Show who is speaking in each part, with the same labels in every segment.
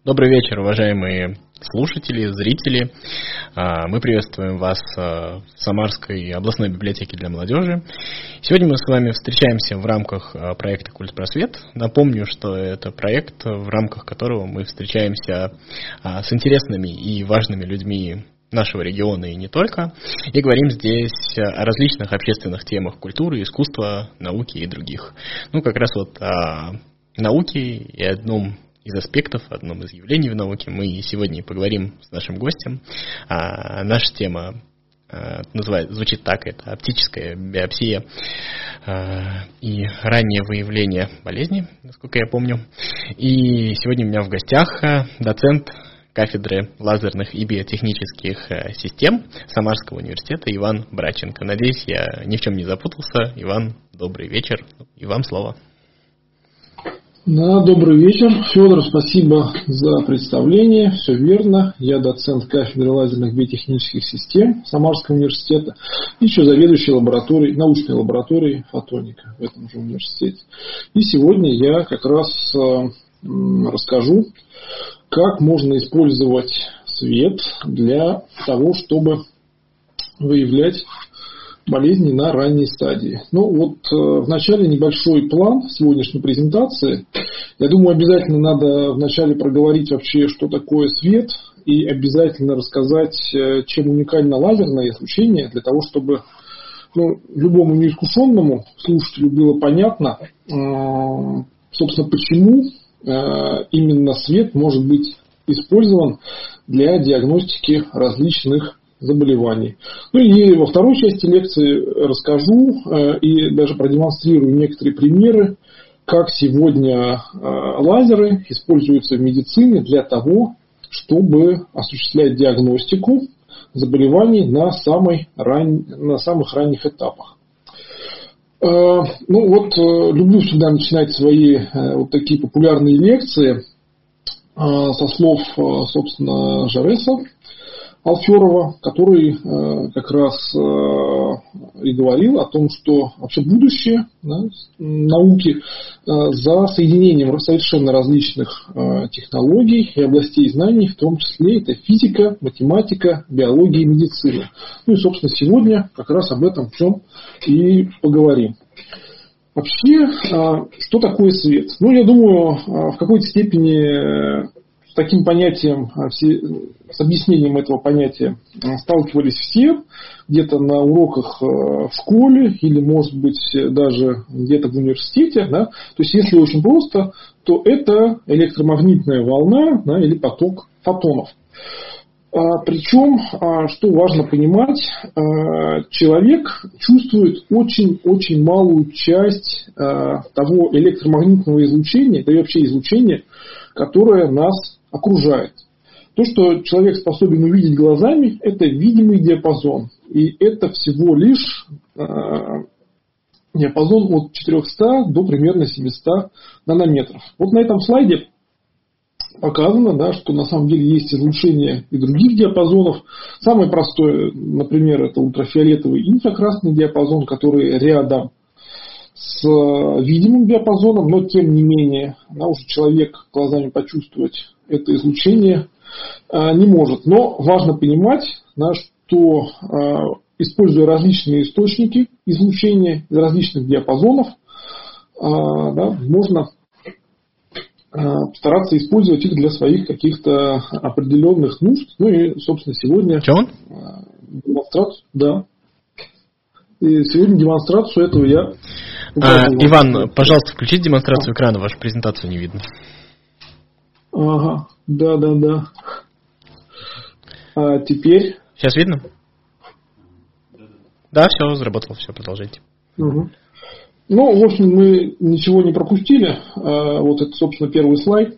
Speaker 1: Добрый вечер, уважаемые слушатели, зрители. Мы приветствуем вас в Самарской областной библиотеке для молодежи. Сегодня мы с вами встречаемся в рамках проекта «Культпросвет». Напомню, что это проект, в рамках которого мы встречаемся с интересными и важными людьми нашего региона и не только, и говорим здесь о различных общественных темах культуры, искусства, науки и других. Как раз вот о науке и одном из аспектов, одном из явлений в науке мы сегодня поговорим с нашим гостем. Наша тема звучит так: это оптическая биопсия и раннее выявление болезни, насколько я помню. И сегодня у меня в гостях доцент кафедры лазерных и биотехнических систем Самарского университета Иван Браченко. Надеюсь, я ни в чем не запутался. Иван, добрый вечер, и вам слово.
Speaker 2: Да, добрый вечер. Федор, спасибо за представление. Все верно. Я доцент кафедры лазерных биотехнических систем Самарского университета и еще заведующий научной лабораторией фотоника в этом же университете. И сегодня я как раз расскажу, как можно использовать свет для того, чтобы выявлять болезни на ранней стадии. Вначале небольшой план сегодняшней презентации. Я думаю, обязательно надо вначале проговорить вообще, что такое свет, и обязательно рассказать, чем уникально лазерное излучение, для того, чтобы любому неискушенному слушателю было понятно, собственно, почему именно свет может быть использован для диагностики различных заболеваний. И во второй части лекции расскажу и даже продемонстрирую некоторые примеры, как сегодня лазеры используются в медицине для того, чтобы осуществлять диагностику заболеваний на самых ранних этапах. Люблю всегда начинать свои такие популярные лекции со слов, собственно, Жареса Алферова, который как раз и говорил о том, что вообще будущее науки за соединением совершенно различных технологий и областей знаний, в том числе это физика, математика, биология и медицина. Собственно, сегодня как раз об этом всем и поговорим. Вообще, что такое свет? Я думаю, в какой-то степени с таким понятием, с объяснением этого понятия сталкивались все, где-то на уроках в школе или, может быть, даже где-то в университете. Да? То есть, если очень просто, то это электромагнитная волна, или поток фотонов. Причем, что важно понимать, человек чувствует очень-очень малую часть того электромагнитного излучения, да и вообще излучения, которое нас окружает. То, что человек способен увидеть глазами, это видимый диапазон. И это всего лишь диапазон от 400 до примерно 700 нанометров. Вот на этом слайде показано, что на самом деле есть излучение и других диапазонов. Самое простое, например, это ультрафиолетовый и инфракрасный диапазон, который рядом с видимым диапазоном, но тем не менее, уже человек глазами почувствовать это излучение не может. Но важно понимать, что используя различные источники излучения из различных диапазонов, можно стараться использовать их для своих каких-то определенных нужд. И, собственно, сегодня демонстрацию, И сегодня демонстрацию этого я...
Speaker 1: Иван, пожалуйста, включите демонстрацию экрана, вашу презентацию не видно.
Speaker 2: Ага, да. А теперь?
Speaker 1: Сейчас видно? Да, все, заработало, все, продолжайте.
Speaker 2: Угу. В общем, мы ничего не пропустили. Вот это, собственно, первый слайд.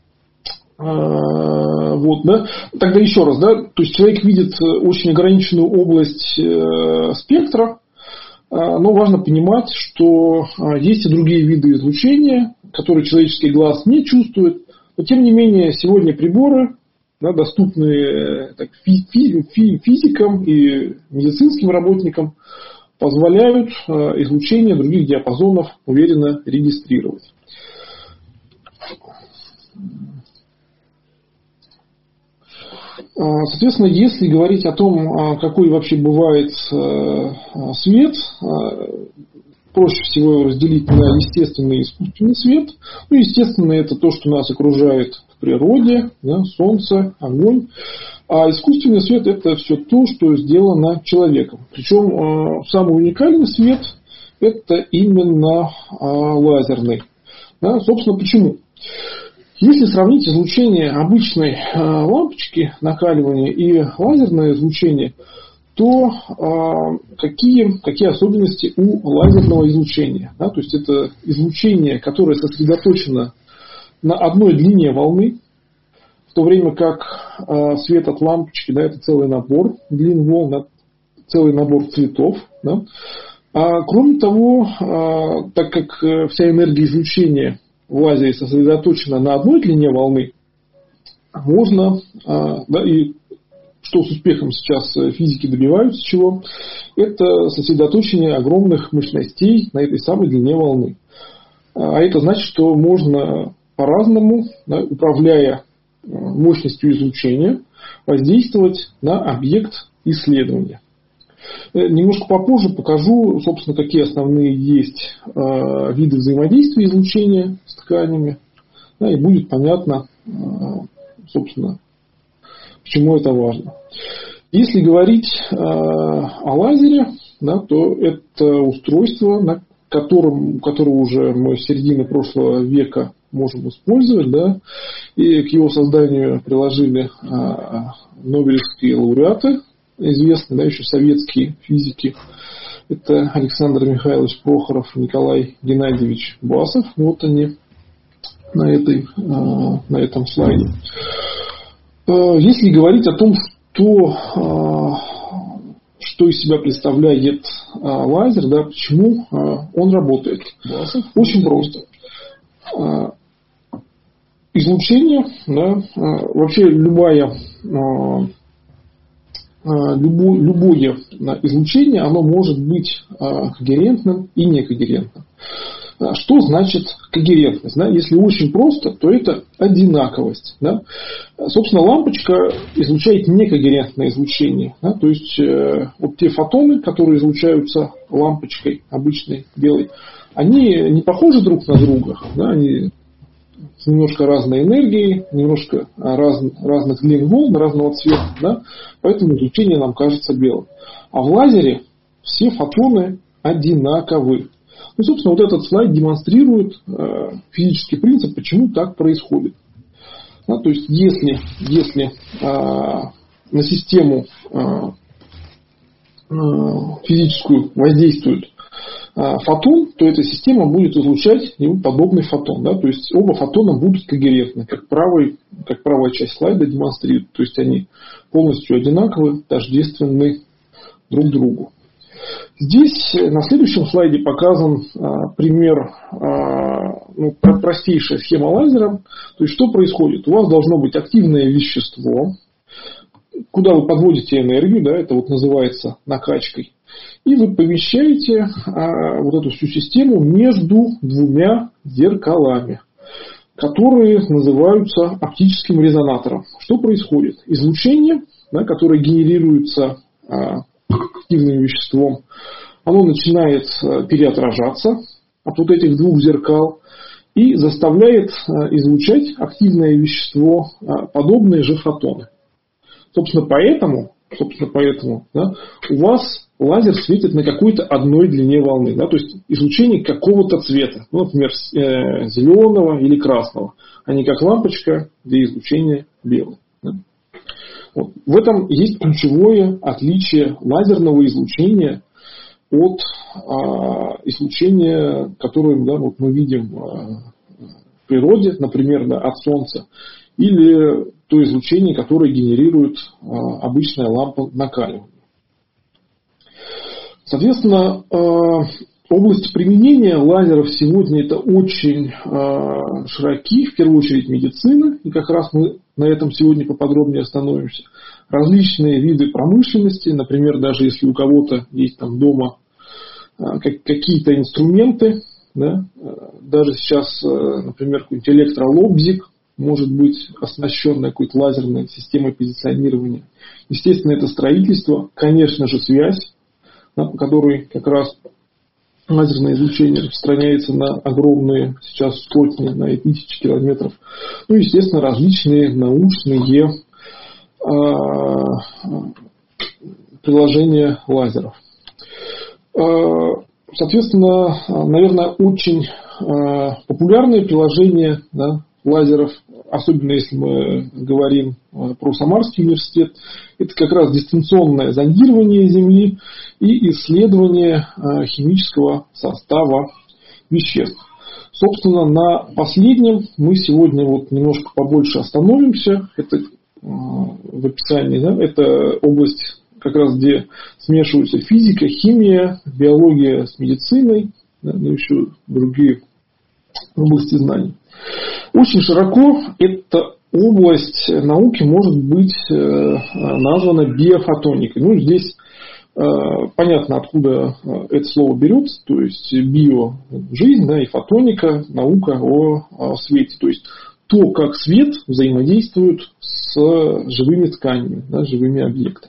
Speaker 2: Тогда еще раз, то есть человек видит очень ограниченную область спектра, но важно понимать, что есть и другие виды излучения, которые человеческий глаз не чувствует, но тем не менее сегодня приборы, доступные физикам и медицинским работникам, позволяют излучение других диапазонов уверенно регистрировать. Соответственно, если говорить о том, какой вообще бывает свет, проще всего его разделить на естественный и искусственный свет. Ну, естественный — это то, что нас окружает в природе, да, солнце, огонь. А искусственный свет — это все то, что сделано человеком. Причем самый уникальный свет — это именно лазерный. Да, собственно, почему? Если сравнить излучение обычной лампочки накаливания и лазерное излучение, то какие особенности у лазерного излучения? Да, то есть это излучение, которое сосредоточено на одной длине волны, в то время как свет от лампочки, да, это целый набор длин волн, целый набор цветов. Да. Кроме того, так как вся энергия излучения в лазере сосредоточена на одной длине волны, можно, да, и что с успехом сейчас физики добиваются чего, это сосредоточение огромных мощностей на этой самой длине волны. А это значит, что можно по-разному, да, управляя мощностью излучения, воздействовать на объект исследования. Немножко попозже покажу, собственно, какие основные есть виды взаимодействия излучения с тканями, да, и будет понятно, собственно, почему это важно. Если говорить о лазере, да, то это устройство, которое уже мы с середины прошлого века можем использовать, да, и к его созданию приложили нобелевские лауреаты, известные, да, еще советские физики. Это Александр Михайлович Прохоров и Николай Геннадьевич Басов. Вот они на этом слайде. Если говорить о том, что из себя представляет лазер, да, почему он работает. Очень просто. Излучение, да, вообще любое излучение, оно может быть когерентным и некогерентным. Что значит когерентность? Да? Если очень просто, то это одинаковость. Да? Собственно, лампочка излучает некогерентное излучение. Да? То есть вот те фотоны, которые излучаются лампочкой обычной белой, они не похожи друг на друга. Да? Они с немножко разной энергией, немножко разных длин волн, разного цвета. Да? Поэтому излучение нам кажется белым. А в лазере все фотоны одинаковы. Ну, собственно, вот этот слайд демонстрирует физический принцип, почему так происходит. Да, то есть, если на систему физическую воздействует фотон, то эта система будет излучать ему подобный фотон. Да, то есть, оба фотона будут когерентны, как правая часть слайда демонстрирует. То есть, они полностью одинаковы, тождественны друг другу. Здесь на следующем слайде показан пример, простейшая схема лазера. То есть, что происходит? У вас должно быть активное вещество, куда вы подводите энергию, да, это вот называется накачкой, и вы помещаете вот эту всю систему между двумя зеркалами, которые называются оптическим резонатором. Что происходит? Излучение, да, которое генерируется активным веществом, оно начинает переотражаться от вот этих двух зеркал и заставляет излучать активное вещество подобные же фотоны. Собственно, поэтому да, у вас лазер светит на какой-то одной длине волны. Да, то есть излучение какого-то цвета, ну, например, зеленого или красного, а не как лампочка для излучения белого. Да. Вот. В этом есть ключевое отличие лазерного излучения от излучения, которое, да, вот мы видим в природе, например, да, от Солнца, или то излучение, которое генерирует обычная лампа накаливания. Соответственно, области применения лазеров сегодня это очень широки, в первую очередь медицина, и как раз мы на этом сегодня поподробнее остановимся. Различные виды промышленности, например, даже если у кого-то есть там дома какие-то инструменты, да, даже сейчас, например, какой-нибудь электролобзик, может быть оснащенное какой-то лазерной системой позиционирования. Естественно, это строительство, конечно же, связь, да, по которой как раз лазерное излучение распространяется на огромные сейчас сотни, на тысячи километров. Ну, естественно, различные научные приложения лазеров. Соответственно, наверное, очень популярные приложения, да, лазеров, особенно если мы говорим про Самарский университет, это как раз дистанционное зондирование Земли и исследование химического состава веществ. Собственно, на последнем мы сегодня вот немножко побольше остановимся. Это в описании, да, это область как раз, где смешиваются физика, химия, биология с медициной, да, ну и еще другие области знаний. Очень широко эта область науки может быть названа биофотоникой. Ну, здесь понятно, откуда это слово берется, то есть био – жизнь, да, и фотоника – наука о свете. То есть то, как свет взаимодействует с живыми тканями, да, живыми объектами.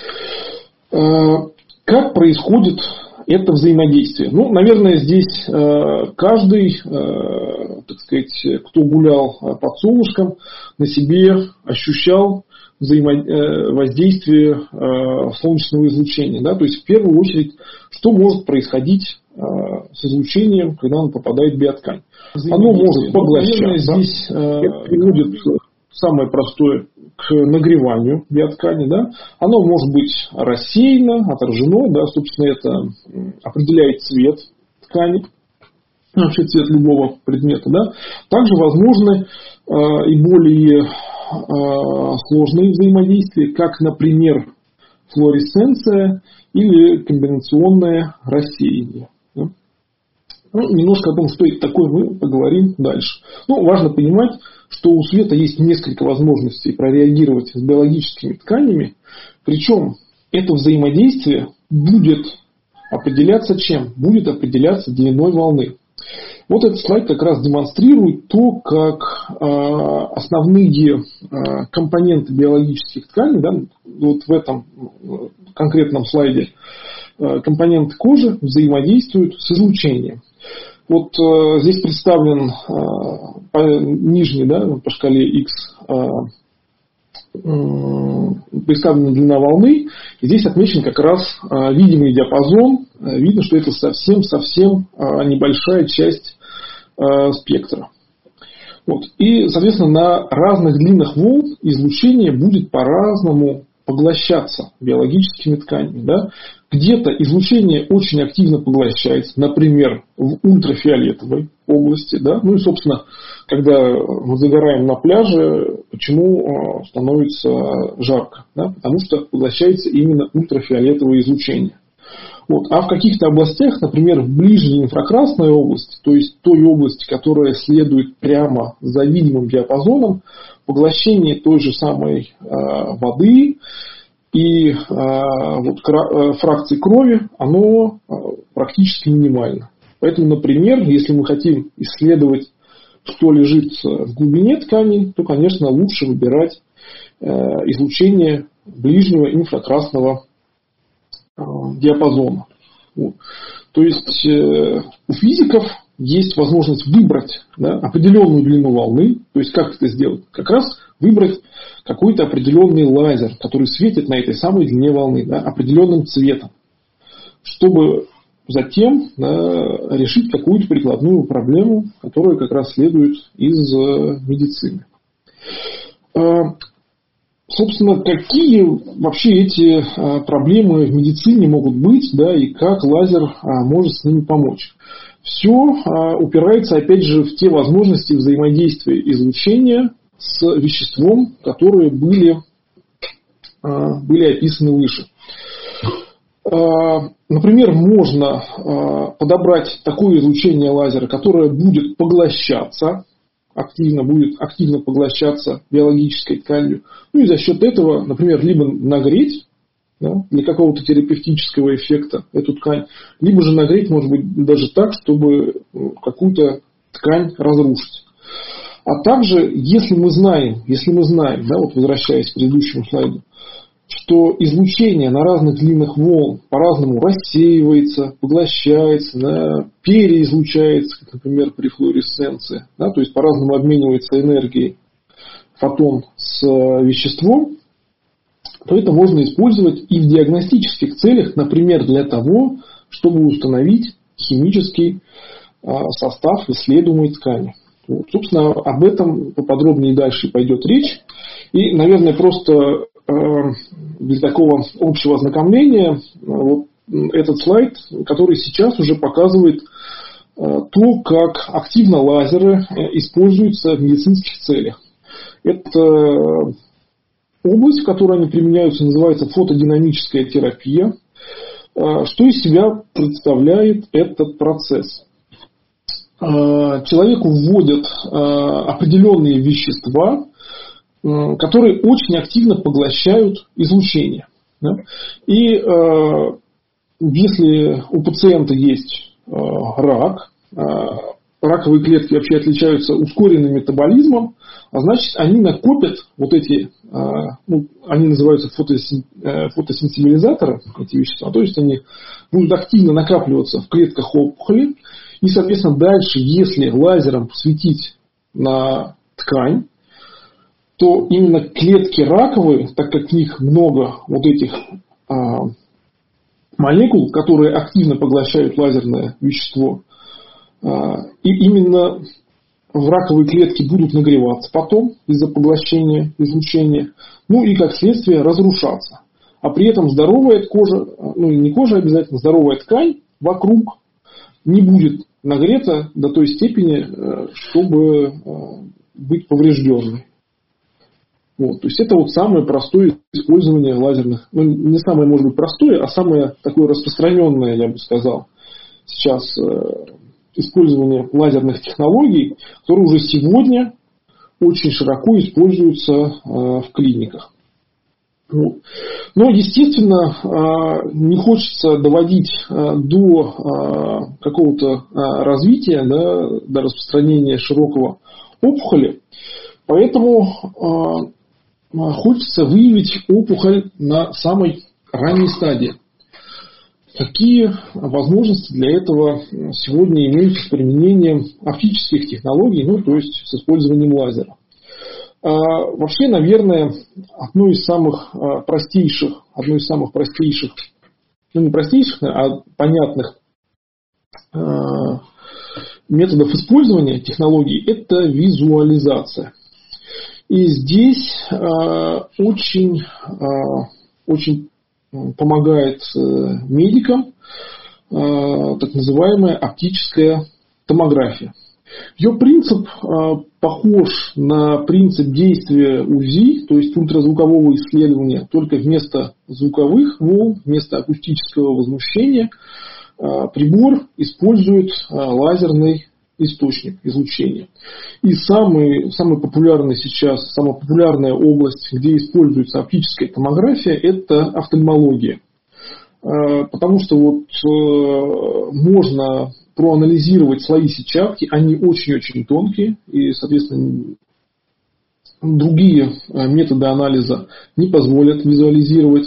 Speaker 2: Как происходит это взаимодействие? Ну, наверное, здесь каждый, так сказать, кто гулял под солнышком, на себе ощущал воздействие солнечного излучения. Да? То есть, в первую очередь, что может происходить с излучением, когда оно попадает в биоткань? Оно может поглощать. Наверное, здесь это приводит самое простое к нагреванию биоткани. Да? Оно может быть рассеяно, отражено. Да? Собственно, это определяет цвет ткани. Вообще цвет любого предмета. Да? Также возможны и более сложные взаимодействия, как, например, флуоресценция или комбинационное рассеяние. Да? Ну, немножко о том, что это такое, мы поговорим дальше. Ну, важно понимать, что у света есть несколько возможностей прореагировать с биологическими тканями, причем это взаимодействие будет определяться чем? Будет определяться длиной волны. Вот этот слайд как раз демонстрирует то, как основные компоненты биологических тканей, да, вот в этом конкретном слайде, компоненты кожи взаимодействуют с излучением. Вот здесь представлен нижний, да, по шкале X представлена длина волны. И здесь отмечен как раз видимый диапазон. Видно, что это совсем небольшая часть спектра. Вот. И, соответственно, на разных длинах волн излучение будет по-разному поглощаться биологическими тканями. Да? Где-то излучение очень активно поглощается, например, в ультрафиолетовой области. Да? Ну и, собственно, когда мы загораем на пляже, почему становится жарко? Да? Потому что поглощается именно ультрафиолетовое излучение. Вот. А в каких-то областях, например, в ближней инфракрасной области, то есть той области, которая следует прямо за видимым диапазоном, поглощение той же самой воды и фракции крови, оно практически минимально. Поэтому, например, если мы хотим исследовать, что лежит в глубине ткани, то, конечно, лучше выбирать излучение ближнего инфракрасного диапазона. Вот. То есть у физиков есть возможность выбрать, да, определенную длину волны. То есть как это сделать? Как раз выбрать какой-то определенный лазер, который светит на этой самой длине волны, да, определенным цветом, чтобы затем, да, решить какую-то прикладную проблему, которая как раз следует из медицины. Собственно, какие вообще эти проблемы в медицине могут быть, да, и как лазер может с ними помочь? Все упирается, опять же, в те возможности взаимодействия излучения с веществом, которые были описаны выше. Например, можно подобрать такое излучение лазера, которое будет поглощаться, будет активно поглощаться биологической тканью. Ну и за счет этого, например, либо нагреть, да, для какого-то терапевтического эффекта эту ткань, либо же нагреть, может быть, даже так, чтобы какую-то ткань разрушить. А также, если мы знаем, да, вот возвращаясь к предыдущему слайду, что излучение на разных длинных волн по-разному рассеивается, поглощается, да, переизлучается, как, например, при флуоресценции, да, то есть по-разному обменивается энергией фотон с веществом, то это можно использовать и в диагностических целях, например, для того, чтобы установить химический состав исследуемой ткани. Вот, собственно, об этом поподробнее дальше пойдет речь. И, наверное, просто для такого общего ознакомления вот этот слайд, который сейчас уже показывает то, как активно лазеры используются в медицинских целях. Это область, в которой они применяются, называется фотодинамическая терапия. Что из себя представляет этот процесс? Человеку вводят определенные вещества, которые очень активно поглощают излучение. Да? И если у пациента есть рак, раковые клетки вообще отличаются ускоренным метаболизмом, а значит, они накопят вот эти, они называются фотосенсибилизаторы, эти вещества, то есть они будут активно накапливаться в клетках опухоли, и, соответственно, дальше, если лазером посветить на ткань, то именно клетки раковые, так как в них много вот этих молекул, которые активно поглощают лазерное вещество, и именно в раковые клетки будут нагреваться потом из-за поглощения излучения, ну и как следствие разрушаться. А при этом здоровая кожа, ну и не кожа обязательно, здоровая ткань вокруг не будет нагрета до той степени, чтобы быть поврежденной. Вот, то есть это вот самое простое использование лазерных, ну не самое, может быть, простое, а самое такое распространенное, я бы сказал, сейчас использование лазерных технологий, которые уже сегодня очень широко используются в клиниках. Вот. Но, естественно, не хочется доводить до какого-то развития, да, до распространения широкого опухоли, поэтому хочется выявить опухоль на самой ранней стадии. Какие возможности для этого сегодня имеются с применением оптических технологий, ну, то есть с использованием лазера? Вообще, наверное, одно из самых простейших, ну не простейших, а понятных методов использования технологий – это визуализация. И здесь очень помогает медикам так называемая оптическая томография. Ее принцип похож на принцип действия УЗИ, то есть ультразвукового исследования, только вместо звуковых волн, вместо акустического возмущения прибор использует лазерный источник излучения. И самая популярная область, где используется оптическая томография, это офтальмология. Потому что вот можно проанализировать слои сетчатки, они очень-очень тонкие, и, соответственно, другие методы анализа не позволят визуализировать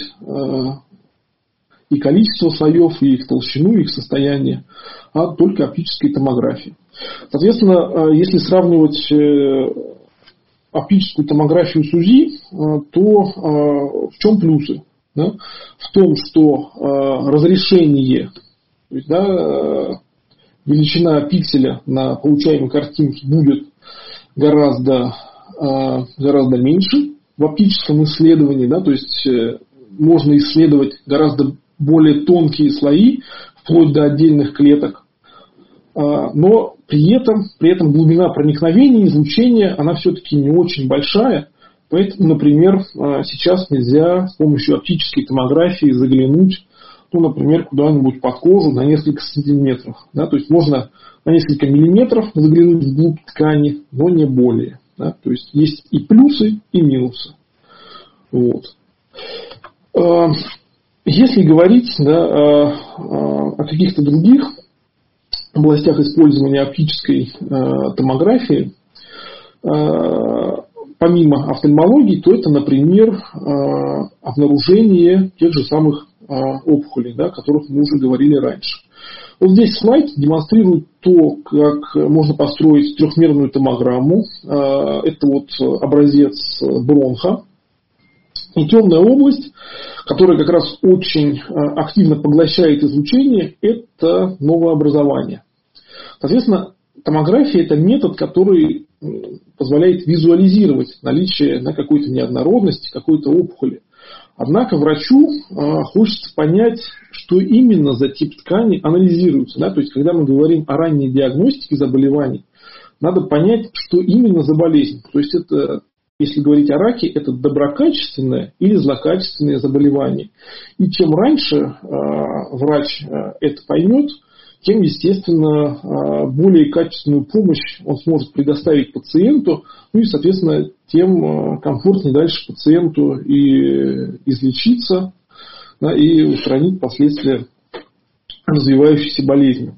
Speaker 2: и количество слоев, и их толщину, и их состояние, а только оптической томографии. Соответственно, если сравнивать оптическую томографию с УЗИ, то в чем плюсы? Да? В том, что разрешение, то есть, да, величина пикселя на получаемой картинке будет гораздо меньше в оптическом исследовании, да, то есть можно исследовать гораздо более тонкие слои, вплоть до отдельных клеток, но при этом глубина проникновения излучения, она все-таки не очень большая, поэтому, например, сейчас нельзя с помощью оптической томографии заглянуть, ну, например, куда-нибудь под кожу на несколько сантиметров. Да? То есть можно на несколько миллиметров заглянуть вглубь ткани, но не более. Да? То есть есть и плюсы, и минусы. Вот. Если говорить, да, о каких-то других областях использования оптической томографии, помимо офтальмологии, то это, например, обнаружение тех же самых опухолей, да, о которых мы уже говорили раньше. Вот здесь слайд демонстрирует то, как можно построить трехмерную томограмму. Это вот образец бронха. И темная область, которая как раз очень активно поглощает излучение, это новообразование. Соответственно, томография – это метод, который позволяет визуализировать наличие какой-то неоднородности, какой-то опухоли. Однако врачу хочется понять, что именно за тип ткани анализируется. Да? То есть, когда мы говорим о ранней диагностике заболеваний, надо понять, что именно за болезнь. То есть, это, если говорить о раке, это доброкачественное или злокачественное заболевание. И чем раньше врач это поймет, тем, естественно, более качественную помощь он сможет предоставить пациенту, ну и, соответственно, тем комфортнее дальше пациенту и излечиться, да, и устранить последствия развивающейся болезни.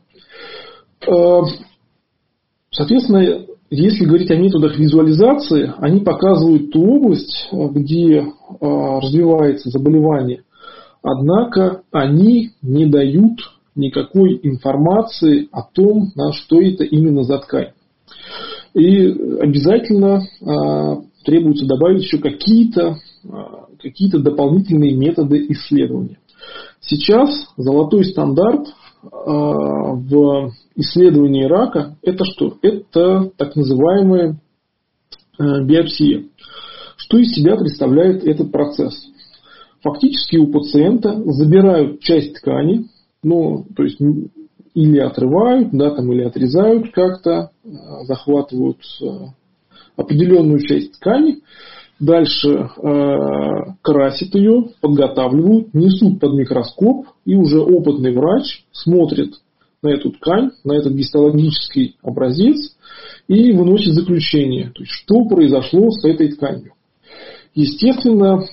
Speaker 2: Соответственно, если говорить о методах визуализации, они показывают ту область, где развивается заболевание, однако они не дают никакой информации о том, что это именно за ткань. И обязательно требуется добавить еще какие-то дополнительные методы исследования. Сейчас золотой стандарт в исследовании рака – это что? Это так называемая биопсия. Что из себя представляет этот процесс? Фактически у пациента забирают часть ткани, ну, то есть или отрывают, да, там, или отрезают как-то, захватывают определенную часть ткани, дальше красят ее, подготавливают, несут под микроскоп, и уже опытный врач смотрит на эту ткань, на этот гистологический образец и выносит заключение, то есть что произошло с этой тканью. Естественно,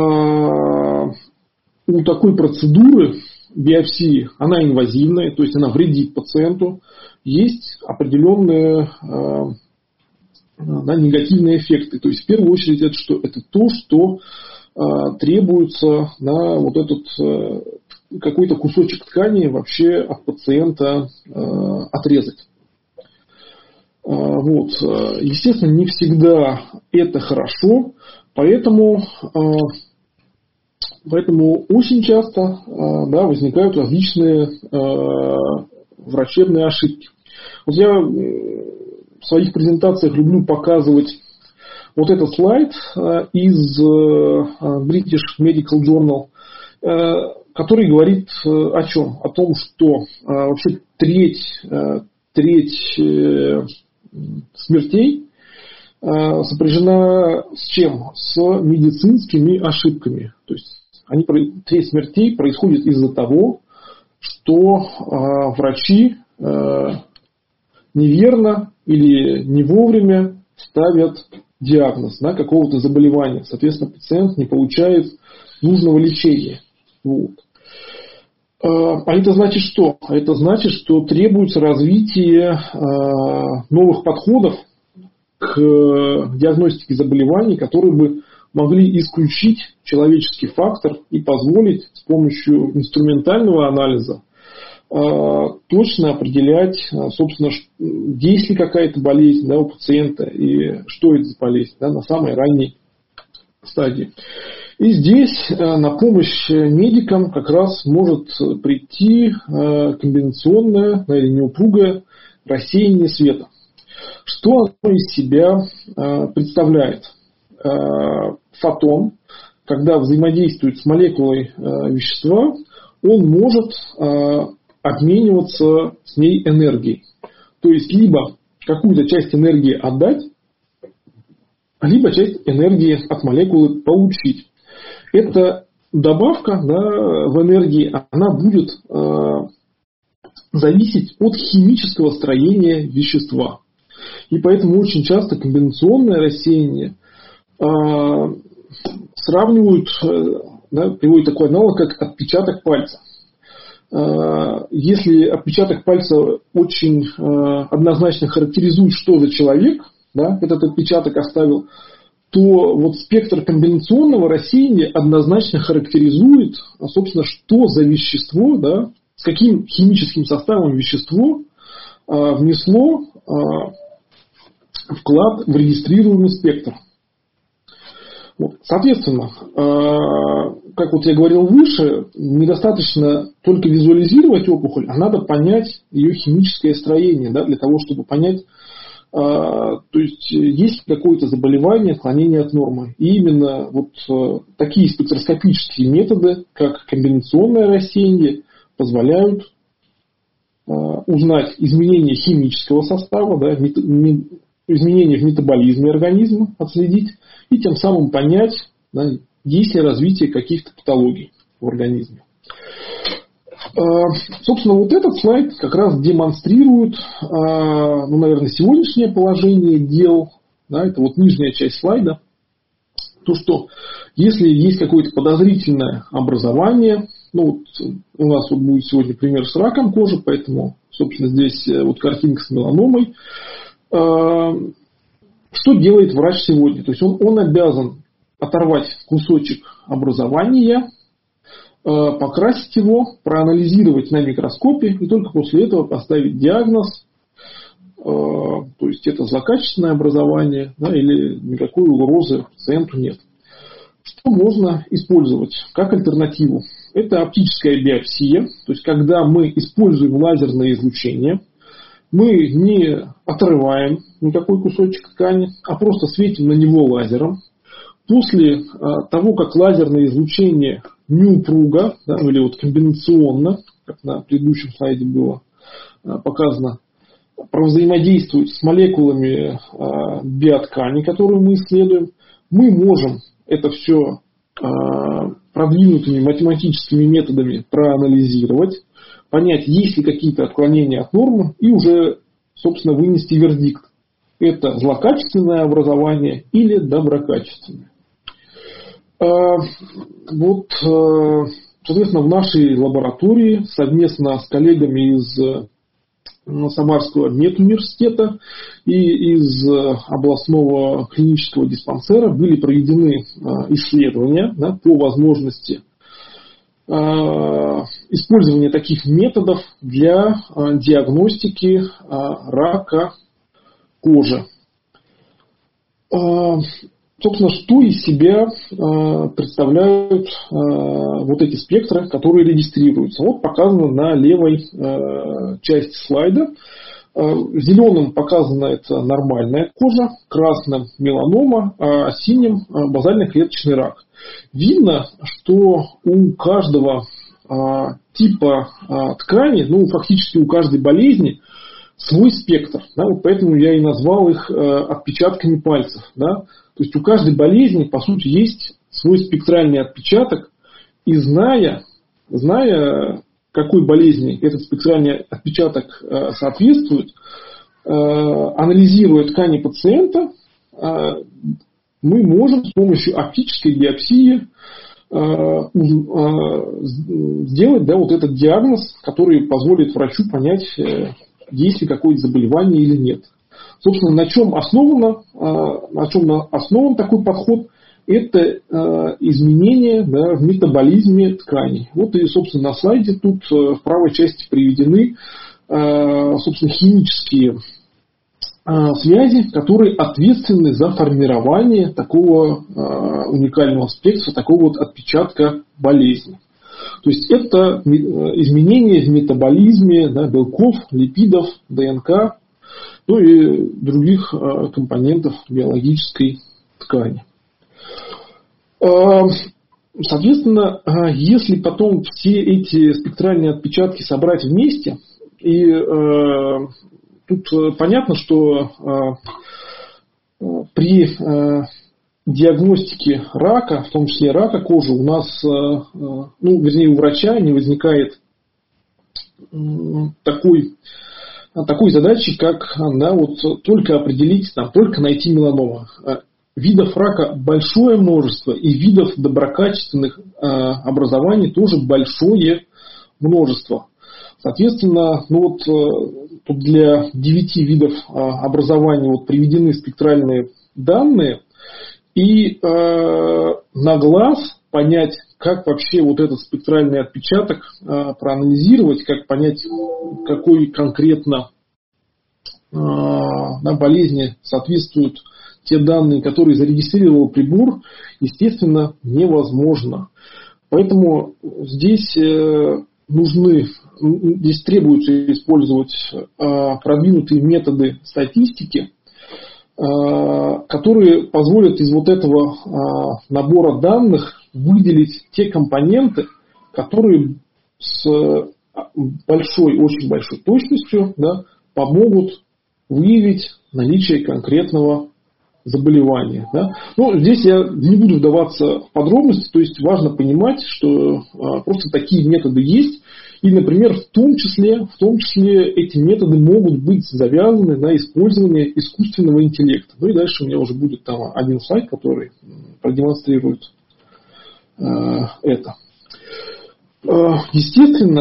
Speaker 2: у такой процедуры биопсии, она инвазивная, то есть она вредит пациенту, есть определенные негативные эффекты. То есть в первую очередь это что? Это то, что требуется на вот этот какой-то кусочек ткани вообще от пациента отрезать. Вот. Естественно, не всегда это хорошо, поэтому очень часто возникают различные врачебные ошибки. Вот я в своих презентациях люблю показывать вот этот слайд из British Medical Journal, который говорит о чем? О том, что вообще треть смертей сопряжена с чем? С медицинскими ошибками. То есть треть смертей происходит из-за того, что врачи неверно или не вовремя ставят диагноз какого-то заболевания. Соответственно, пациент не получает нужного лечения. Вот. А это значит что? Это значит, что требуется развитие новых подходов к диагностике заболеваний, которые бы могли исключить человеческий фактор и позволить с помощью инструментального анализа точно определять, собственно, есть ли какая-то болезнь у пациента и что это за болезнь на самой ранней стадии. И здесь на помощь медикам как раз может прийти комбинационное или неупругое рассеяние света. Что оно из себя представляет? Фотон, когда взаимодействует с молекулой вещества, он может обмениваться с ней энергией. То есть, либо какую-то часть энергии отдать, либо часть энергии от молекулы получить. Эта добавка в энергии, она будет зависеть от химического строения вещества. И поэтому очень часто комбинационное рассеяние сравнивают, приводят такой аналог, как отпечаток пальца. Если отпечаток пальца очень однозначно характеризует, что за человек, да, этот отпечаток оставил, то вот спектр комбинационного рассеяния однозначно характеризует, собственно, что за вещество, да, с каким химическим составом вещество внесло вклад в регистрируемый спектр. Вот. Соответственно, как вот я говорил выше, недостаточно только визуализировать опухоль, а надо понять ее химическое строение, да, для того, чтобы понять, то есть есть какое-то заболевание, отклонение от нормы. И именно вот такие спектроскопические методы, как комбинационное рассеяние, позволяют узнать изменения химического состава, да, изменения в метаболизме организма, отследить, и тем самым понять, да, есть ли развитие каких-то патологий в организме. Собственно, вот этот слайд как раз демонстрирует, наверное, сегодняшнее положение дел. Да, это вот нижняя часть слайда. То, что если есть какое-то подозрительное образование, ну, вот у нас вот будет сегодня пример с раком кожи, поэтому, собственно, здесь вот картинка с меланомой. Что делает врач сегодня? То есть он обязан оторвать кусочек образования, покрасить его, проанализировать на микроскопе и только после этого поставить диагноз. То есть это злокачественное образование, да, или никакой угрозы пациенту нет. Что можно использовать как альтернативу? Это оптическая биопсия, то есть когда мы используем лазерное излучение, мы не отрываем никакой кусочек ткани, а просто светим на него лазером. После того, как лазерное излучение неупруго, да, или вот комбинационно, как на предыдущем слайде было показано, взаимодействует с молекулами биоткани, которую мы исследуем, мы можем это все продвинутыми математическими методами проанализировать, понять, есть ли какие-то отклонения от нормы и уже, собственно, вынести вердикт. Это злокачественное образование или доброкачественное. Вот, соответственно, в нашей лаборатории совместно с коллегами из Самарского медуниверситета и из областного клинического диспансера были проведены исследования, да, по возможности использования таких методов для диагностики рака кожи. Собственно, что из себя представляют вот эти спектры, которые регистрируются? Вот показано на левой части слайда. Зеленым показана это нормальная кожа, красным меланома, а синим базально-клеточный рак. Видно, что у каждого типа ткани, ну фактически у каждой болезни свой спектр. Да, вот поэтому я и назвал их отпечатками пальцев. Да. То есть у каждой болезни, по сути, есть свой спектральный отпечаток, и зная какой болезни этот спектральный отпечаток соответствует, анализируя ткани пациента, мы можем с помощью оптической биопсии сделать, да, вот этот диагноз, который позволит врачу понять, есть ли какое-то заболевание или нет. Собственно, на чем основан такой подход? Это изменения, да, в метаболизме тканей. Вот и, собственно, на слайде тут в правой части приведены, собственно, химические связи, которые ответственны за формирование такого уникального спектра, такого вот отпечатка болезни. То есть это изменения в метаболизме, да, белков, липидов, ДНК, ну и других компонентов биологической ткани. Соответственно, если потом все эти спектральные отпечатки собрать вместе, и тут понятно, что при диагностике рака, в том числе рака кожи, у нас, ну, вернее, у врача не возникает такой задачи, как, да, вот только определить, там, только найти меланома. Видов рака большое множество, и видов доброкачественных образований тоже большое множество. Соответственно, ну вот, тут для 9 видов образования приведены спектральные данные, и на глаз понять, как вообще этот спектральный отпечаток проанализировать, как понять, какой конкретно болезни соответствуют те данные, которые зарегистрировал прибор, естественно, невозможно. Поэтому здесь требуется использовать продвинутые методы статистики, которые позволят из этого набора данных выделить те компоненты, которые с очень большой точностью помогут выявить наличие конкретного заболевания. Здесь я не буду вдаваться в подробности, то есть важно понимать, что просто такие методы есть, и, например, в том числе эти методы могут быть завязаны на использование искусственного интеллекта. И дальше у меня уже будет там один слайд, который продемонстрирует это. Естественно,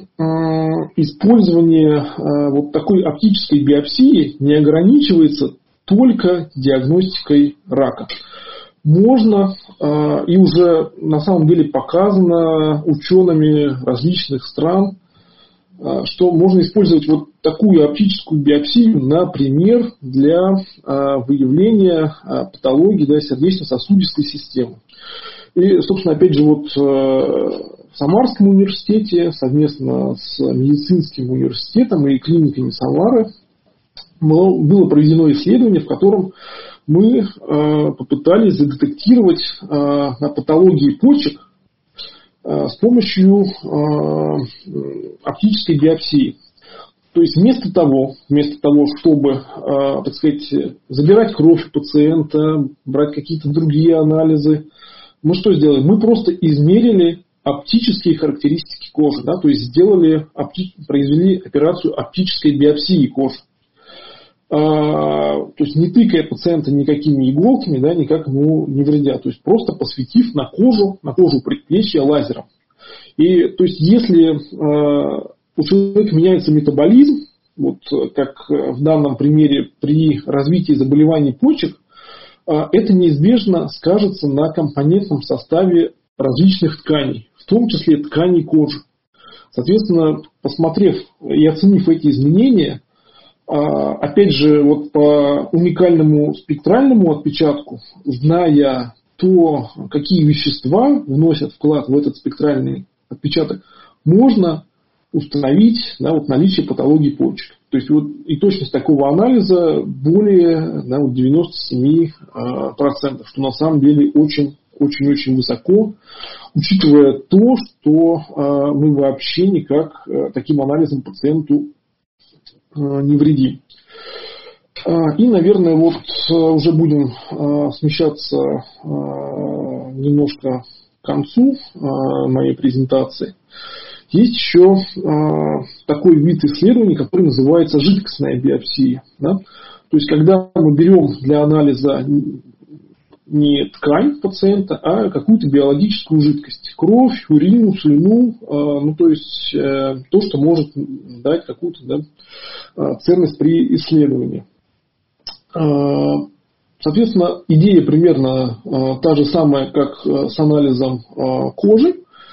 Speaker 2: использование такой оптической биопсии не ограничивается только диагностикой рака. Можно, и уже на самом деле показано учеными различных стран, что можно использовать такую оптическую биопсию, например, для выявления патологии сердечно-сосудистой системы. И, собственно, опять же, в Самарском университете совместно с медицинским университетом и клиниками Самары было проведено исследование, в котором мы попытались задетектировать патологии почек с помощью оптической биопсии. То есть вместо того, чтобы, забирать кровь у пациента, брать какие-то другие анализы, мы что сделали? Мы просто измерили оптические характеристики кожи, то есть произвели операцию оптической биопсии кожи. То есть не тыкая пациента никакими иголками, никак ему не вредя. То есть просто посветив на кожу предплечья лазером. И то есть если у человека меняется метаболизм, как в данном примере при развитии заболеваний почек, это неизбежно скажется на компонентном составе различных тканей, в том числе тканей кожи. Соответственно, посмотрев и оценив эти изменения, опять же, по уникальному спектральному отпечатку, зная то, какие вещества вносят вклад в этот спектральный отпечаток, можно установить наличие патологии почек. То есть и точность такого анализа более 97%, что на самом деле очень-очень высоко, учитывая то, что мы вообще никак таким анализом пациенту не вредим. И, наверное, уже будем смещаться немножко к концу моей презентации. Есть еще такой вид исследований, который называется жидкостная биопсия. То есть, когда мы берем для анализа не ткань пациента, а какую-то биологическую жидкость. Кровь, урин, слюну, то есть то, что может дать какую-то ценность при исследовании. Соответственно, идея примерно та же самая, как с анализом кожи,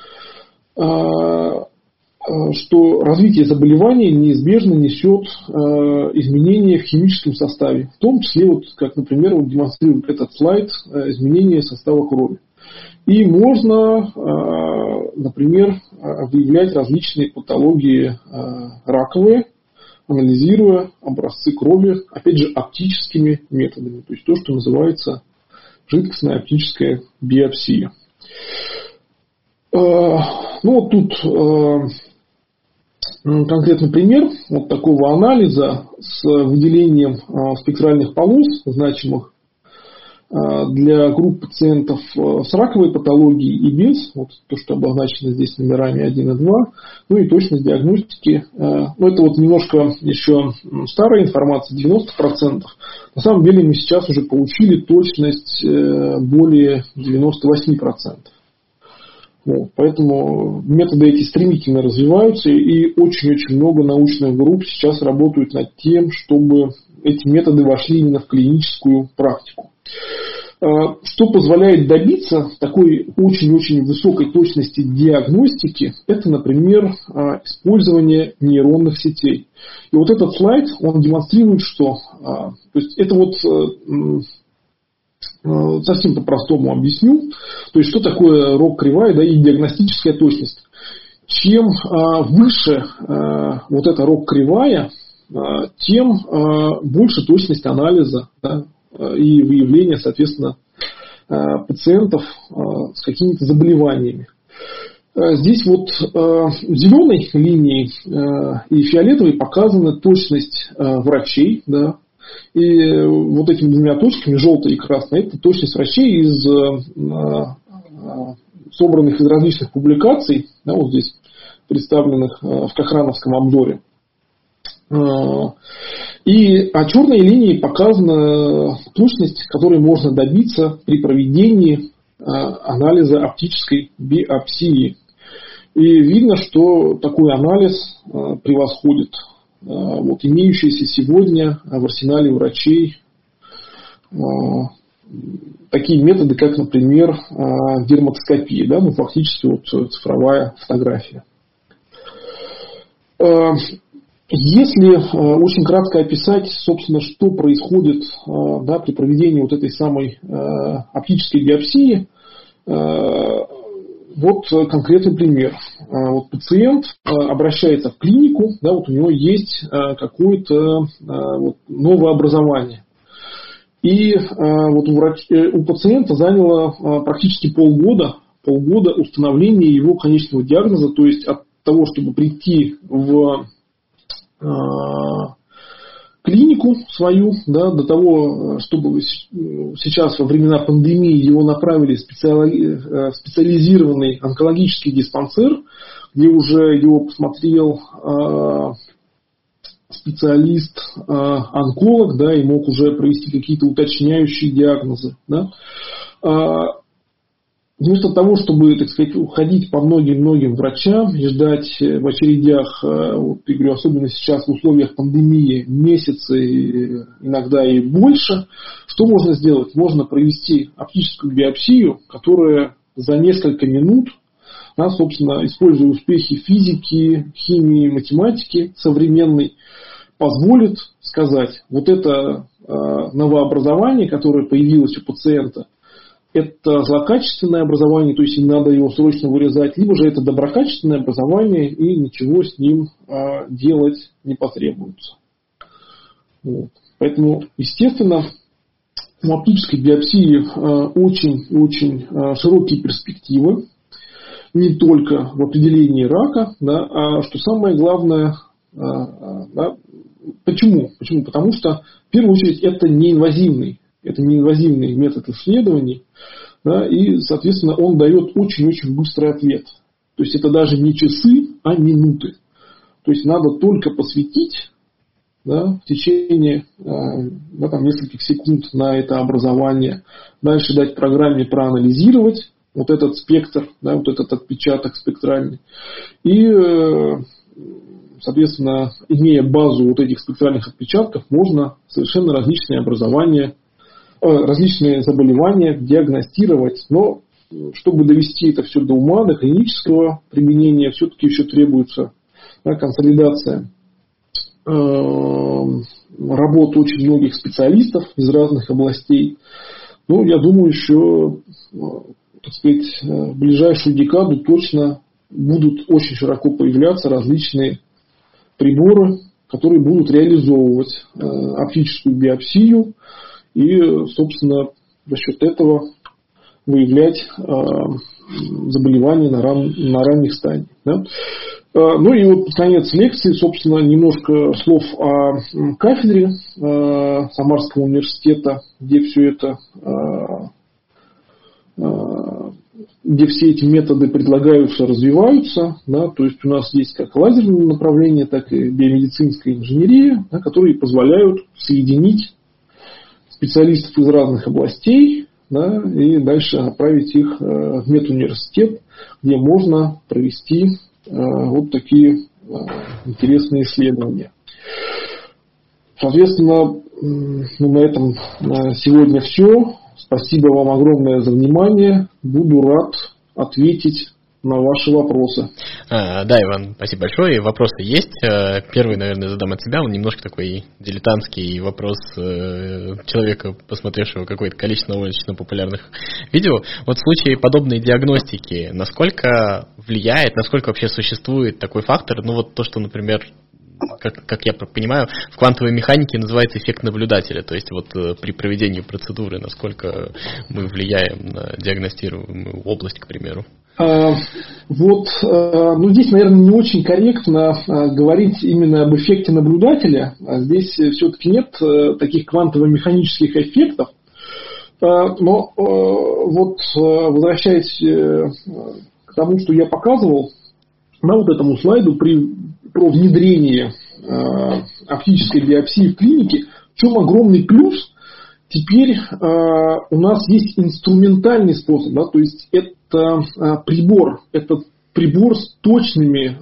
Speaker 2: что развитие заболевания неизбежно несет изменения в химическом составе. В том числе, как, например, демонстрирует этот слайд, изменения состава крови. И можно, например, выявлять различные патологии раковые, анализируя образцы крови, опять же, оптическими методами. То есть то, что называется жидкостная оптическая биопсия. Тут конкретный пример такого анализа с выделением спектральных полос, значимых для групп пациентов с раковой патологией и без, то, что обозначено здесь номерами 1 и 2, и точность диагностики. Это немножко еще старая информация, 90%. На самом деле мы сейчас уже получили точность более 98%. Вот, поэтому методы эти стремительно развиваются, и очень-очень много научных групп сейчас работают над тем, чтобы эти методы вошли именно в клиническую практику. Что позволяет добиться такой очень-очень высокой точности диагностики, это, например, использование нейронных сетей. И вот этот слайд, он демонстрирует, что то есть это вот совсем по-простому объясню, то есть что такое рог-кривая, да, и диагностическая точность. Чем выше вот эта рог-кривая, тем больше точность анализа, да, и выявления, соответственно, пациентов с какими-то заболеваниями. Здесь вот зеленой линией и фиолетовой показана точность врачей, да, и вот этими двумя точками, желтой и красной, это точность врачей из собранных из различных публикаций, да, вот здесь представленных в Кохрановском обзоре. А черной линией показана точность, которой можно добиться при проведении анализа оптической биопсии. И видно, что такой анализ превосходит вот имеющиеся сегодня в арсенале врачей такие методы, как, например, дерматоскопия, да, ну, фактически вот цифровая фотография. Если очень кратко описать, собственно, что происходит, да, при проведении вот этой самой оптической биопсии, вот конкретный пример. Вот пациент обращается в клинику, да, вот у него есть какое-то вот новое образование. И вот у пациента заняло практически полгода установления его конечного диагноза, то есть от того, чтобы прийти в клинику свою, да, до того, чтобы сейчас во времена пандемии его направили в специализированный онкологический диспансер, где уже его посмотрел специалист-онколог, да, и мог уже провести какие-то уточняющие диагнозы. Да. Вместо того, чтобы, так сказать, ходить по многим врачам и ждать в очередях, вот, я говорю, особенно сейчас в условиях пандемии, месяцы, иногда и больше, что можно сделать? Можно провести оптическую биопсию, которая за несколько минут, да, собственно, используя успехи физики, химии, математики современной, позволит сказать, вот это новообразование, которое появилось у пациента, это злокачественное образование, то есть им надо его срочно вырезать, либо же это доброкачественное образование, и ничего с ним делать не потребуется. Вот. Поэтому, естественно, у оптической биопсии очень широкие перспективы, не только в определении рака, да, а что самое главное, да, почему? Потому что, в первую очередь, это неинвазивный метод исследований, да, и, соответственно, он дает очень-очень быстрый ответ. То есть это даже не часы, а минуты. То есть надо только посвятить, да, в течение там, нескольких секунд на это образование, дальше дать программе проанализировать вот этот спектр, да, вот этот отпечаток спектральный. И, соответственно, имея базу вот этих спектральных отпечатков, можно совершенно различные заболевания диагностировать. Но чтобы довести это все до ума, до клинического применения, все-таки еще требуется, да, консолидация работы очень многих специалистов из разных областей. Ну, я думаю, еще, так сказать, в ближайшую декаду точно будут очень широко появляться различные приборы, которые будут реализовывать оптическую биопсию и, собственно, за счет этого выявлять заболевания на ранних стадиях. Да? Ну и вот конец лекции, собственно, немножко слов о кафедре Самарского университета, где все это, где все эти методы предлагаются, развиваются. Да? То есть у нас есть как лазерное направление, так и биомедицинская инженерия, да, которые позволяют соединить специалистов из разных областей да, и дальше отправить их в медуниверситет, где можно провести вот такие интересные исследования. Соответственно, на этом сегодня все. Спасибо вам огромное за внимание. Буду рад ответить на ваши вопросы.
Speaker 1: Да, Иван, спасибо большое. Вопросы есть. Первый, наверное, задам от себя. Он немножко такой дилетантский вопрос человека, посмотревшего какое-то количество довольно популярных видео. Вот в случае подобной диагностики, насколько влияет, насколько вообще существует такой фактор, ну вот то, что, например, как я понимаю, в квантовой механике называется эффект наблюдателя, то есть вот при проведении процедуры, насколько мы влияем на диагностируемую область, к примеру.
Speaker 2: Здесь, наверное, не очень корректно говорить именно об эффекте наблюдателя. Здесь все-таки нет таких квантово-механических эффектов. Но возвращаясь к тому, что я показывал, на вот этому слайду про внедрение оптической биопсии в клинике, в чем огромный плюс. Теперь у нас есть инструментальный способ, да, то есть это прибор с точными,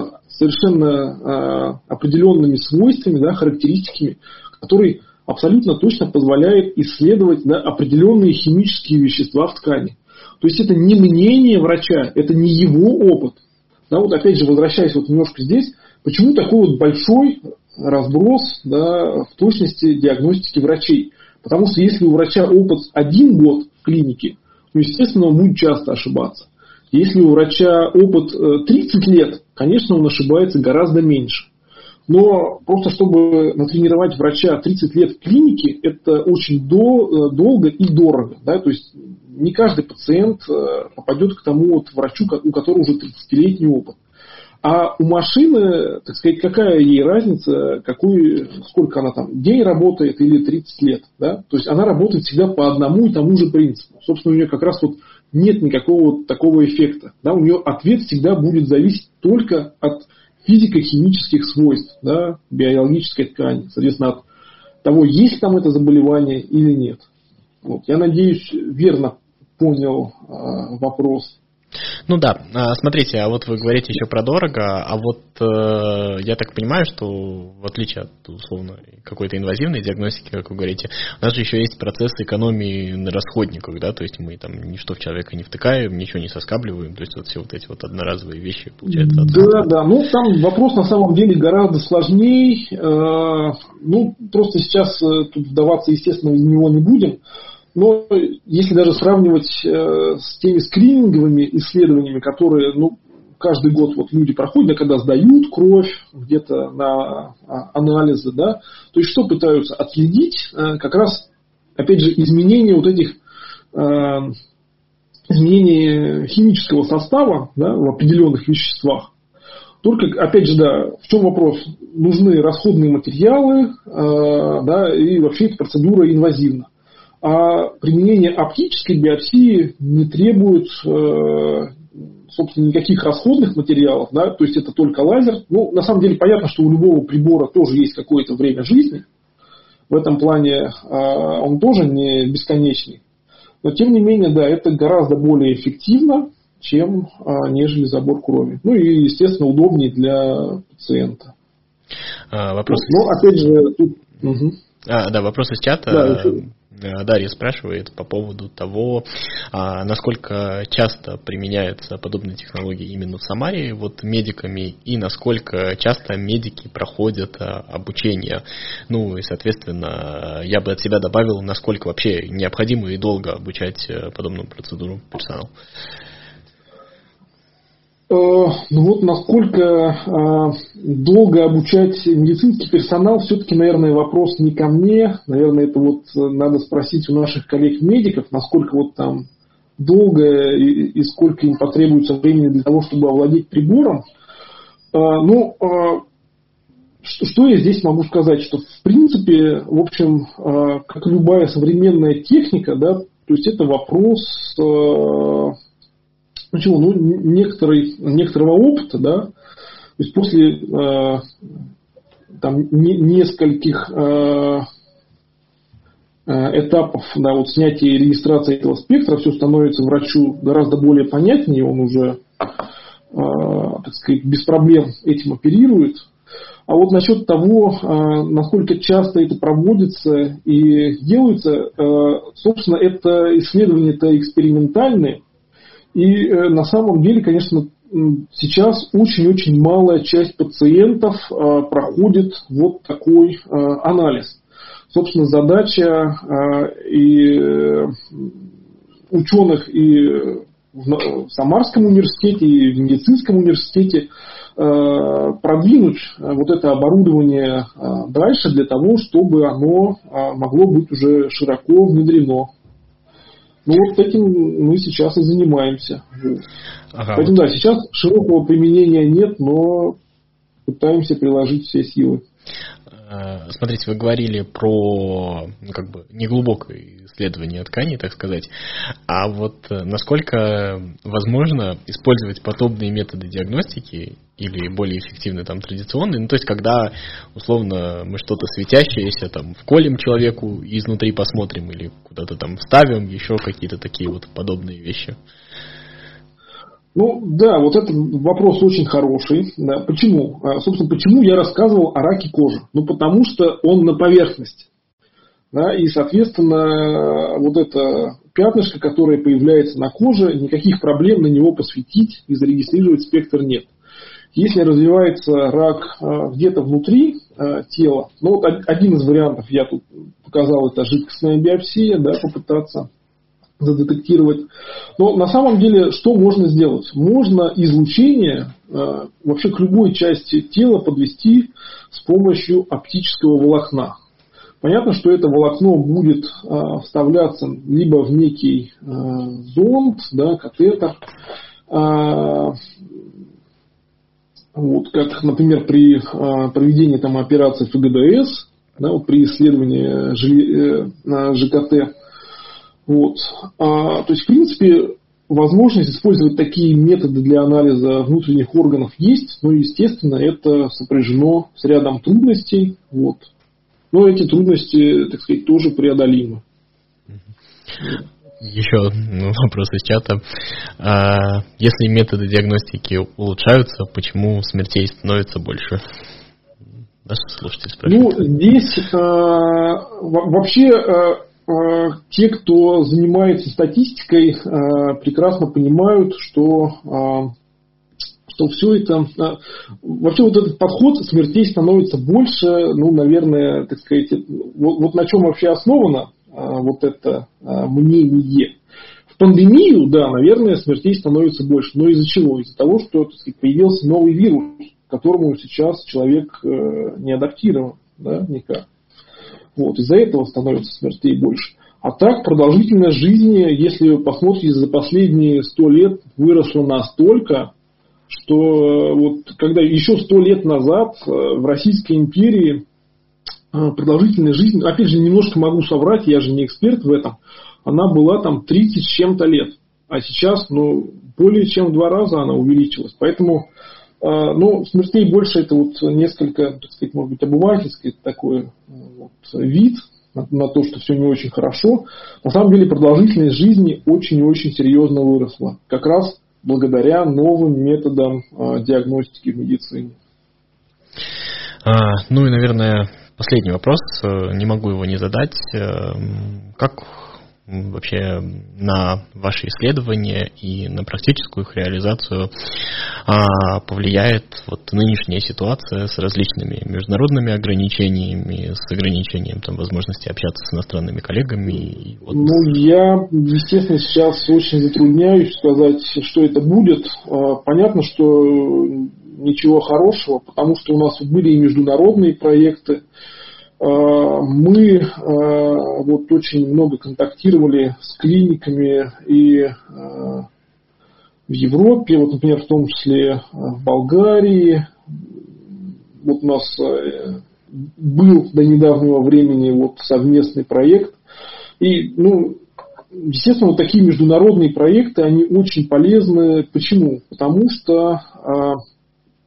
Speaker 2: совершенно определенными свойствами, да, характеристиками, который абсолютно точно позволяет исследовать, да, определенные химические вещества в ткани. То есть это не мнение врача, это не его опыт. Да, вот опять же, возвращаясь вот немножко здесь, почему такой вот большой разброс, да, в точности диагностики врачей? Потому что если у врача опыт 1 год в клинике, то, естественно, он будет часто ошибаться. Если у врача опыт 30 лет, конечно, он ошибается гораздо меньше. Но просто чтобы натренировать врача 30 лет в клинике, это очень долго и дорого. Да? То есть не каждый пациент попадет к тому вот врачу, у которого уже 30-летний опыт. А у машины, так сказать, какая ей разница, сколько она там, день работает или 30 лет. Да? То есть она работает всегда по одному и тому же принципу. Собственно, у нее как раз вот нет никакого вот такого эффекта. Да? У нее ответ всегда будет зависеть только от физико-химических свойств, да, биологической ткани. Соответственно, от того, есть там это заболевание или нет. Вот. Я надеюсь, верно понял вопрос.
Speaker 1: Ну да, смотрите, а вот вы говорите еще про дорого, а вот я так понимаю, что в отличие от, условно, какой-то инвазивной диагностики, как вы говорите, у нас же еще есть процесс экономии на расходниках, да, то есть мы там ничто в человека не втыкаем, ничего не соскабливаем, то есть вот все вот эти вот одноразовые вещи, получается.
Speaker 2: Да, ну там вопрос на самом деле гораздо сложнее, просто сейчас тут вдаваться, естественно, в него не будем. Но если даже сравнивать с теми скрининговыми исследованиями, которые каждый год вот люди проходят, когда сдают кровь где-то на анализы, да, то есть что пытаются отследить, как раз, опять же, изменения вот этих изменения химического состава, да, в определенных веществах. Только, опять же, да, в чем вопрос? Нужны расходные материалы, да, и вообще эта процедура инвазивна. А применение оптической биопсии не требует, собственно, никаких расходных материалов, да, то есть это только лазер. Ну, на самом деле, понятно, что у любого прибора тоже есть какое-то время жизни. В этом плане он тоже не бесконечный. Но, тем не менее, да, это гораздо более эффективно, чем нежели забор крови. Ну и, естественно, удобнее для пациента.
Speaker 1: Вопрос.
Speaker 2: Опять же, тут...
Speaker 1: вопрос из чата.
Speaker 2: Да,
Speaker 1: Дарья спрашивает по поводу того, насколько часто применяются подобные технологии именно в Самаре вот медиками и насколько часто медики проходят обучение. Ну и, соответственно, я бы от себя добавил, насколько вообще необходимо и долго обучать подобную процедуру персонал.
Speaker 2: Насколько долго обучать медицинский персонал, все-таки, наверное, вопрос не ко мне. Наверное, это вот надо спросить у наших коллег-медиков, насколько вот там долго и сколько им потребуется времени для того, чтобы овладеть прибором. Что я здесь могу сказать? Что, в принципе, в общем, как любая современная техника, да, то есть это вопрос... некоторого опыта, да, то есть после нескольких этапов, да, вот снятия и регистрации этого спектра, все становится врачу гораздо более понятнее, он уже, так сказать, без проблем этим оперирует. А вот насчет того, насколько часто это проводится и делается, собственно, это исследования-то экспериментальные. И на самом деле, конечно, сейчас очень-очень малая часть пациентов проходит вот такой анализ. Собственно, задача и ученых и в Самарском университете, и в медицинском университете продвинуть вот это оборудование дальше для того, чтобы оно могло быть уже широко внедрено. Ну вот этим мы сейчас и занимаемся. Ага. Поэтому да, сейчас широкого применения нет, но пытаемся приложить все силы.
Speaker 1: Смотрите, вы говорили про неглубокое исследование тканей, так сказать. А вот насколько возможно использовать подобные методы диагностики или более эффективные традиционные? Ну, то есть, когда, условно, мы что-то светящееся вколем человеку и изнутри посмотрим или куда-то вставим, еще какие-то такие вот подобные вещи.
Speaker 2: Ну, да, вот этот вопрос очень хороший. Да. Почему? Собственно, почему я рассказывал о раке кожи? Ну, потому что он на поверхности. Да, и, соответственно, вот это пятнышко, которое появляется на коже, никаких проблем на него посветить и зарегистрировать спектр нет. Если развивается рак где-то внутри тела, ну, вот один из вариантов я тут показал, это жидкостная биопсия, да, попытаться задетектировать. Но на самом деле, что можно сделать? Можно излучение вообще к любой части тела подвести с помощью оптического волокна. Понятно, что это волокно будет вставляться либо в некий зонд, да, катетер, вот, как, например, при проведении операции ФГДС, да, вот, при исследовании ЖКТ. Вот. То есть, в принципе, возможность использовать такие методы для анализа внутренних органов есть, но, естественно, это сопряжено с рядом трудностей. Вот. Но эти трудности, так сказать, тоже преодолимы.
Speaker 1: Еще вопрос из чата. Если методы диагностики улучшаются, почему смертей становится больше? Наш слушатель спрашивает.
Speaker 2: Ну, здесь вообще те, кто занимается статистикой, прекрасно понимают, что все это... Вообще вот этот подход смертей становится больше, ну, наверное, так сказать, вот на чем вообще основано вот это мнение. В пандемию, да, наверное, смертей становится больше. Но из-за чего? Из-за того, что, так сказать, появился новый вирус, к которому сейчас человек не адаптирован, да, никак. Вот, из-за этого становится смертей больше. А так продолжительность жизни, если вы посмотрите, за последние 100 лет выросла настолько, что вот когда еще 100 лет назад в Российской империи продолжительность жизни, опять же, немножко могу соврать, я же не эксперт в этом, она была 30 с чем-то лет. А сейчас, более чем в 2 раза она увеличилась. Поэтому, смертей больше, это вот несколько, так сказать, может быть, обывательский такой вот вид на то, что все не очень хорошо. На самом деле продолжительность жизни очень и очень серьезно выросла. Как раз благодаря новым методам диагностики в медицине.
Speaker 1: Ну и, наверное, последний вопрос. Не могу его не задать. Как вообще на ваши исследования и на практическую их реализацию повлияет вот нынешняя ситуация с различными международными ограничениями, с ограничением возможности общаться с иностранными коллегами?
Speaker 2: Я, естественно, сейчас очень затрудняюсь сказать, что это будет. Понятно, что ничего хорошего, потому что у нас были и международные проекты. Мы вот очень много контактировали с клиниками и в Европе, вот, например, в том числе в Болгарии. Вот у нас был до недавнего времени вот совместный проект. И, естественно, вот такие международные проекты, они очень полезны. Почему? Потому что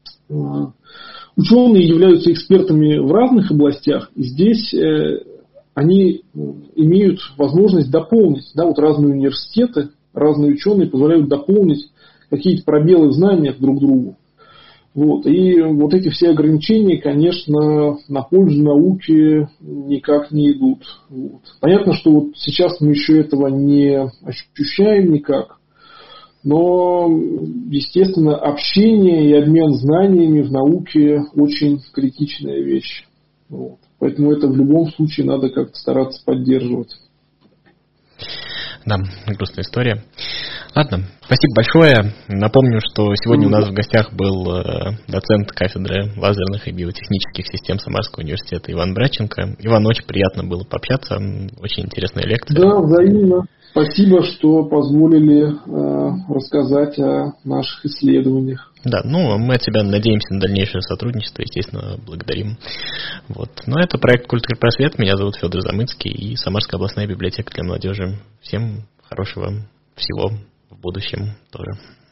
Speaker 2: ученые являются экспертами в разных областях, и здесь они имеют возможность дополнить, да, вот разные университеты, разные ученые позволяют дополнить какие-то пробелы в знаниях друг другу. Вот. И вот эти все ограничения, конечно, на пользу науки никак не идут. Вот. Понятно, что вот сейчас мы еще этого не ощущаем никак, но, естественно, общение и обмен знаниями в науке очень критичная вещь. Вот. Поэтому это в любом случае надо как-то стараться поддерживать.
Speaker 1: Да, грустная история. Ладно, спасибо большое. Напомню, что сегодня у нас в гостях был доцент кафедры лазерных и биотехнических систем Самарского университета Иван Братченко. Иван, очень приятно было пообщаться, очень интересная лекция.
Speaker 2: Да, взаимно. Спасибо, что позволили рассказать о наших исследованиях.
Speaker 1: Да, ну, мы от тебя надеемся на дальнейшее сотрудничество, естественно, благодарим. Вот. Но это проект «Культура и просвет». Меня зовут Федор Замыцкий и Самарская областная библиотека для молодежи. Всем хорошего всего в будущем тоже.